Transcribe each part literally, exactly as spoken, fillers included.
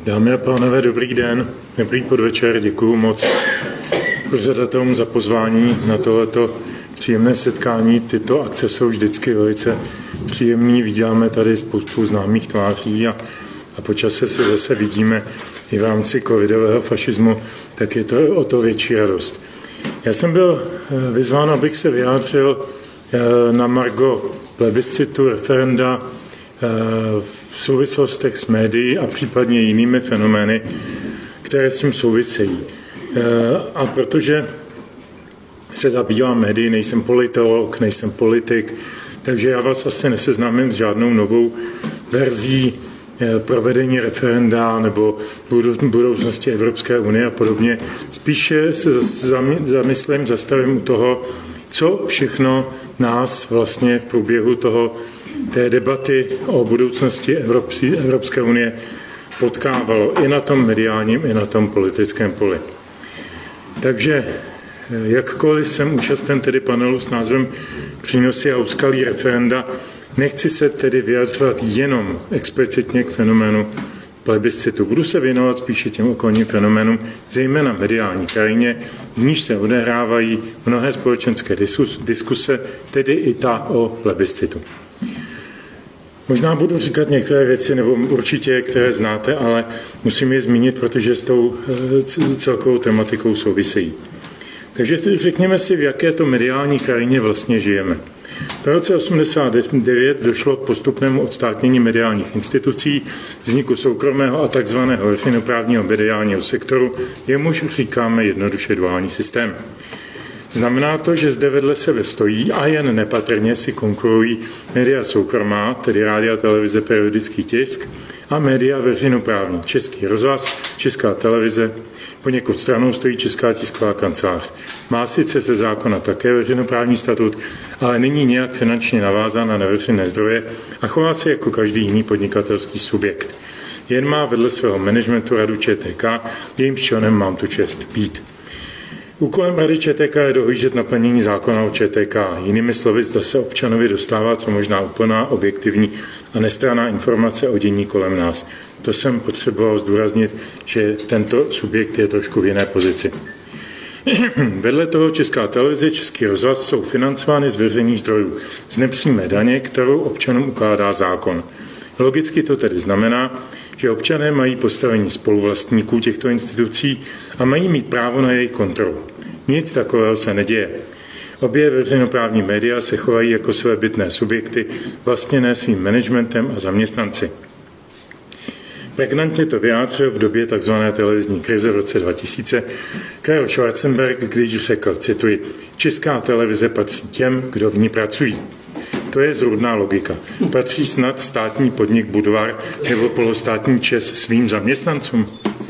Dámy a pánové, dobrý den, dobrý podvečer, děkuju moc pořadatelům za pozvání na tohleto příjemné setkání. Tyto akce jsou vždycky velice příjemný, vidíme tady spoustu známých tváří a, a po čase se zase vidíme i v rámci covidového fašismu, tak je to o to větší radost. Já jsem byl vyzván, abych se vyjádřil na margo plebiscitu, referenda v souvislostech s médií a případně jinými fenomény, které s tím souvisejí. A protože se zabývám médií, nejsem politolog, nejsem politik, takže já vás asi neseznámím s žádnou novou verzí provedení referenda nebo budoucnosti Evropské unie a podobně. Spíše se zamyslím, zastavím u toho, co všechno nás vlastně v průběhu toho, té debaty o budoucnosti Evropské unie potkávalo i na tom mediálním, i na tom politickém poli. Takže jakkoliv jsem účasten tedy panelu s názvem Přínosy a úskalí referenda, nechci se tedy vyjadřovat jenom explicitně k fenoménu plebiscitu. Budu se věnovat spíše těm okolním fenoménům, zejména mediální krajině, v níž se odehrávají mnohé společenské diskuse, tedy i ta o plebiscitu. Možná budu říkat některé věci, nebo určitě, které znáte, ale musím je zmínit, protože s tou celkovou tematikou souvisejí. Takže řekněme si, v jaké to mediální krajině vlastně žijeme. V roce osmdesát devět došlo k postupnému odstátnění mediálních institucí, vzniku soukromého a takzvaného veřejnoprávního mediálního sektoru, jemuž říkáme jednoduše duální systém. Znamená to, že zde vedle sebe stojí a jen nepatrně si konkurují média soukromá, tedy rádia, televize, periodický tisk, a média veřejnoprávní, Český rozhlas, Česká televize, poněkud stranou stojí Česká tisková kancelář. Má sice ze zákona také veřejnoprávní statut, ale není nějak finančně navázána na veřejné zdroje a chová se jako každý jiný podnikatelský subjekt. Jen má vedle svého managementu radu ČTK, jejímž členem mám tu čest být. Úkolem Rady ČTK je dohlížet na plnění zákona o ČTK. Jinými slovy, zda se občanovi dostává co možná úplná, objektivní a nestranná informace o dění kolem nás. To jsem potřeboval zdůraznit, že tento subjekt je trošku v jiné pozici. Vedle toho Česká televize, Český rozhlas jsou financovány z veřejných zdrojů, z nepřímé daně, kterou občanům ukládá zákon. Logicky to tedy znamená, že občané mají postavení spoluvlastníků těchto institucí a mají mít právo na jejich kontrolu. Nic takového se neděje. Obě veřejnoprávní média se chovají jako svébytné subjekty, vlastněné svým managementem a zaměstnanci. Pregnantně to vyjádřil v době tzv. Televizní krize v roce dva tisíce Karel Schwarzenberg, když řekl, cituji, Česká televize patří těm, kdo v ní pracují. To je zrůdná logika. Patří snad státní podnik Budvar nebo polostátní ČEZ svým zaměstnancům?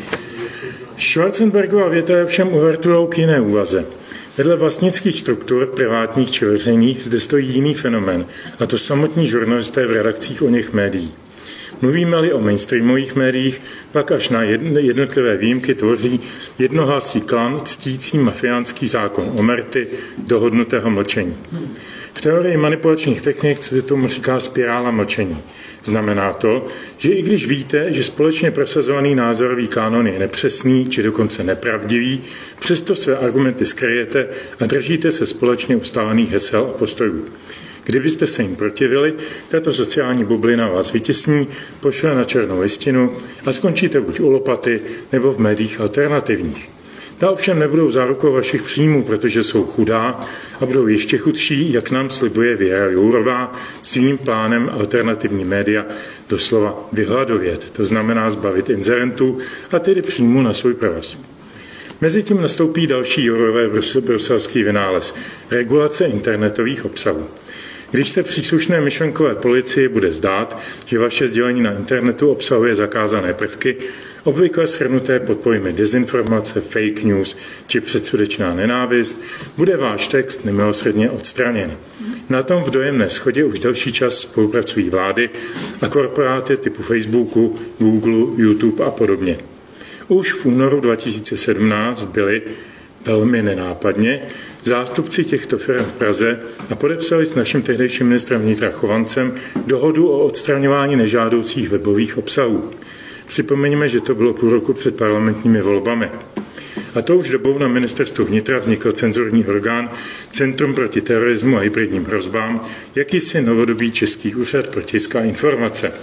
Schwarzenbergova věta je všem uverturou k jiné úvaze. Vedle vlastnických struktur, privátních či veřejných, zde stojí jiný fenomén, a to samotní žurnalisté v redakcích o něch médií. Mluvíme-li o mainstreamových médiích, pak až na jednotlivé výjimky tvoří jednohlasý klan ctící mafiánský zákon omerty dohodnutého mlčení. V teorii manipulačních technik se tomu říká spirála mlčení. Znamená to, že i když víte, že společně prosazovaný názorový kánon je nepřesný či dokonce nepravdivý, přesto své argumenty skryjete a držíte se společně ustálených hesel a postojů. Kdybyste se jim protivili, tato sociální bublina vás vytěsní, pošle na černou listinu a skončíte buď u lopaty nebo v médiích alternativních. Ta ovšem nebudou zárukou vašich příjmů, protože jsou chudá a budou ještě chudší, jak nám slibuje Věra Jourová svým plánem alternativní média doslova vyhladovět, to znamená zbavit inzerentů a tedy příjmů na svůj provoz. Mezitím nastoupí další Jourové bruselský vynález – regulace internetových obsahů. Když se příslušné myšlenkové policii bude zdát, že vaše sdělení na internetu obsahuje zakázané prvky, obvykle shrnuté pod pojmy dezinformace, fake news či předsudečná nenávist, bude váš text nemilosrdně odstraněn. Na tom v dojemné shodě už delší čas spolupracují vlády a korporáty typu Facebooku, Google, YouTube a podobně. Už v únoru dva tisíce sedmnáct byli velmi nenápadně zástupci těchto firm v Praze a podepsali s naším tehdejším ministrem vnitra Chovancem dohodu o odstraňování nežádoucích webových obsahů. Připomeňme, že to bylo půl roku před parlamentními volbami. A to už dobou na ministerstvu vnitra vznikl cenzurní orgán Centrum proti terorismu a hybridním hrozbám, jakýsi novodobý český úřad pro tisk a informace.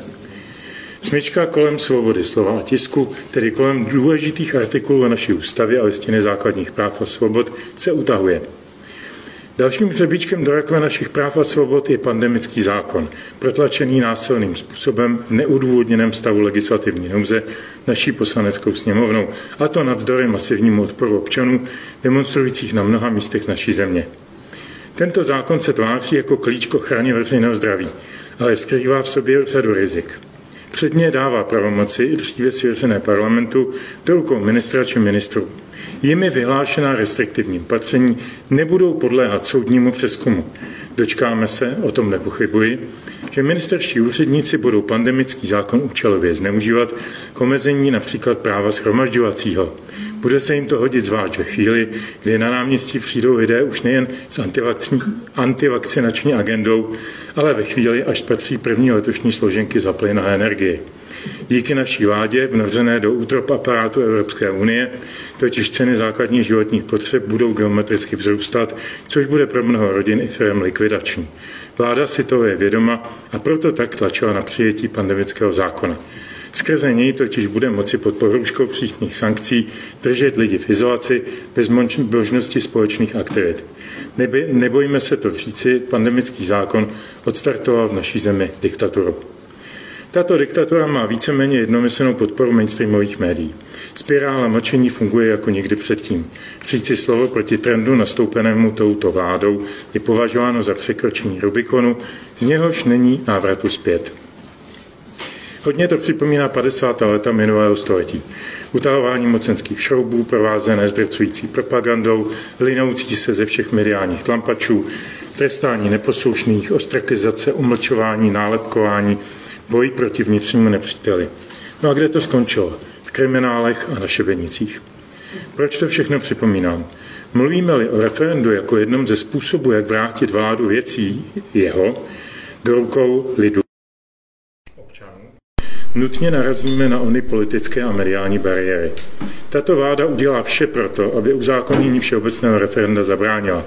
Smyčka kolem svobody slova a tisku, tedy kolem důležitých artikulů o naší ústavě a listině základních práv a svobod, se utahuje. Dalším hřebíčkem do rakve našich práv a svobod je pandemický zákon, protlačený násilným způsobem v neudůvodněném stavu legislativní nouze naší poslaneckou sněmovnou, a to navzdory masivnímu odporu občanů, demonstrujících na mnoha místech naší země. Tento zákon se tváří jako klíč k ochraně veřejného zdraví, ale skrývá v sobě řadu rizik. Předně dává pravomoci dříve svěřené parlamentu do rukou ministra či ministrů. Jimi vyhlášená restriktivní opatření nebudou podléhat soudnímu přezkumu. Dočkáme se, o tom nepochybuji, že ministerští úředníci budou pandemický zákon účelově zneužívat k omezení například práva shromažďovacího. Bude se jim to hodit zvlášť ve chvíli, kdy na náměstí přijdou lidé už nejen s antivakcinační agendou, ale ve chvíli, až patří první letošní složenky za plyn a energii. Díky naší vládě, vnořené do útrop aparátu Evropské unie, totiž ceny základních životních potřeb budou geometricky vzrůstat, což bude pro mnoho rodin i firem likvidační. Vláda si toho je vědoma a proto tak tlačila na přijetí pandemického zákona. Skrze něj totiž bude moci pod pohrůžkou přísných sankcí držet lidi v izolaci bez možnosti společných aktivit. Neby, nebojíme se to říci, pandemický zákon odstartoval v naší zemi diktaturu. Tato diktatura má víceméně jednomyslnou podporu mainstreamových médií. Spirála mlčení funguje jako nikdy předtím. Říci slovo proti trendu nastoupenému touto vládou je považováno za překročení Rubikonu, z něhož není návratu zpět. Hodně to připomíná padesátá léta minulého století. Utahování mocenských šroubů, provázené zdrcující propagandou, linoucí se ze všech mediálních tlampačů, trestání neposlušných, ostrakizace, umlčování, nálepkování, boj proti vnitřnímu nepříteli. No a kde to skončilo? V kriminálech a na šebenicích. Proč to všechno připomínám? Mluvíme-li o referendu jako jednom ze způsobů, jak vrátit vládu věcí jeho do rukou lidu občanů, nutně narazíme na ony politické a mediální bariéry. Tato vláda udělá vše proto, aby uzákonění všeobecného referenda zabránila.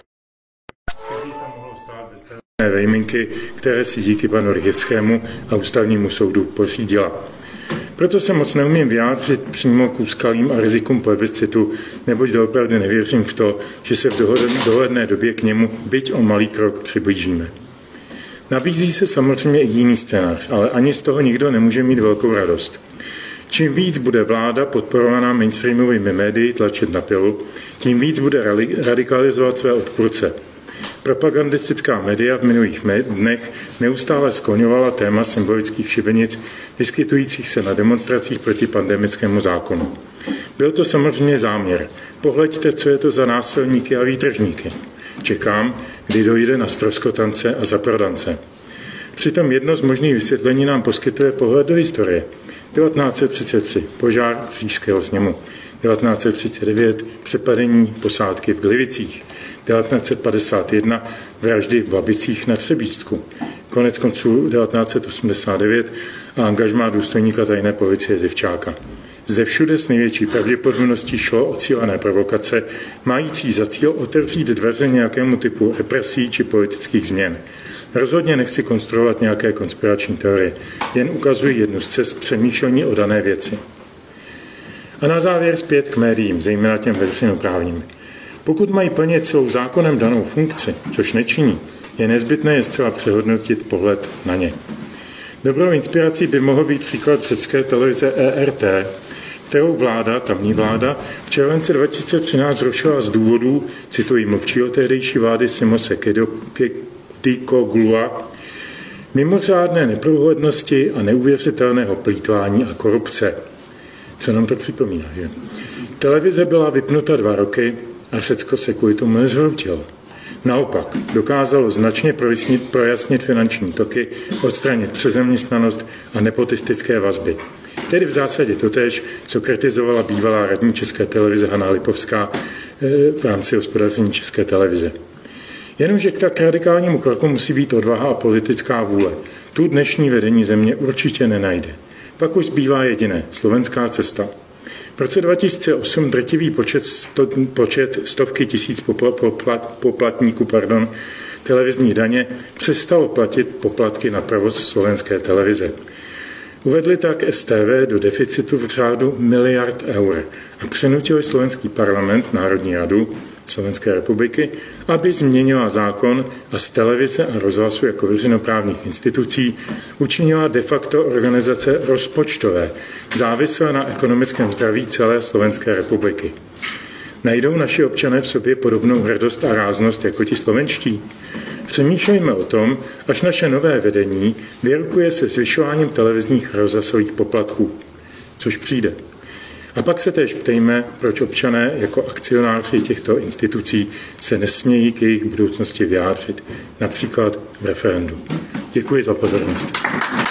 Vejminky, které si díky panu Rycheckému a ústavnímu soudu pořídila. Proto se moc neumím vyjádřit přímo k úskalým a rizikům plebiscitu, neboť doopravdy nevěřím v to, že se v dohledné době k němu byť o malý krok přiblížíme. Nabízí se samozřejmě i jiný scénář, ale ani z toho nikdo nemůže mít velkou radost. Čím víc bude vláda podporovaná mainstreamovými médii tlačit na pilu, tím víc bude radikalizovat své odpůrce. Propagandistická média v minulých dnech neustále skloňovala téma symbolických šibenic vyskytujících se na demonstracích proti pandemickému zákonu. Byl to samozřejmě záměr. Pohleďte, co je to za násilníky a výtržníky. Čekám, kdy dojde na ztroskotance a zaprodance. Přitom jedno z možných vysvětlení nám poskytuje pohled do historie. devatenáct set třicet tři. Požár Říšského sněmu. devatenáct set třicet devět. Přepadení posádky v Glivicích. devatenáct set padesát jedna. Vraždy v Babicích na Třebíčsku. Konec konců devatenáct set osmdesát devět a angažmá důstojníka tajné policie Zivčáka. Zde všude s největší pravděpodobností šlo o cílené provokace, mající za cíl otevřít dveře nějakému typu represí či politických změn. Rozhodně nechci konstruovat nějaké konspirační teorie, jen ukazuji jednu z cest přemýšlení o dané věci. A na závěr zpět k médiím, zejména těm veřejnoprávním. Pokud mají plnit celou zákonem danou funkci, což nečiní, je nezbytné je zcela přehodnotit pohled na ně. Dobrou inspirací by mohl být příklad řecké televize E R T, kterou vláda, tamní vláda, v červenci dva tisíce třináct zrušila z důvodů, cituji mluvčího tehdejší vlády Simose Kediklua, mimořádné neprůhlednosti a neuvěřitelného plýtvání a korupce. Co nám to připomíná, že? Televize byla vypnuta dva roky a Řecko se kvůli tomu nezhroutilo. Naopak, dokázalo značně projasnit, projasnit finanční toky, odstranit přezaměstnanost a nepotistické vazby. Tedy v zásadě totéž, co kritizovala bývalá radní České televize Hana Lipovská v rámci hospodaření České televize. Jenomže k tak radikálnímu kroku musí být odvaha a politická vůle. Tu dnešní vedení země určitě nenajde. Pak už zbývá jediné, slovenská cesta. V roce dva tisíce osm drtivý počet, sto, počet stovky tisíc popla, poplat, poplatníků pardon, televizní daně přestalo platit poplatky na provoz slovenské televize. Uvedli tak S T V do deficitu v řádu miliard eur a přinutili slovenský parlament, Národní radu Slovenské republiky, aby změnila zákon a z televize a rozhlasu jako veřejnoprávních institucí učinila de facto organizace rozpočtové, závislé na ekonomickém zdraví celé Slovenské republiky. Najdou naši občané v sobě podobnou hrdost a ráznost jako ti slovenští? Přemýšlejme o tom, až naše nové vedení vyrukuje se zvyšováním televizních a rozhlasových poplatků, což přijde. A pak se též ptejme, proč občané jako akcionáři těchto institucí se nesmějí k jejich budoucnosti vyjádřit, například v referendu. Děkuji za pozornost.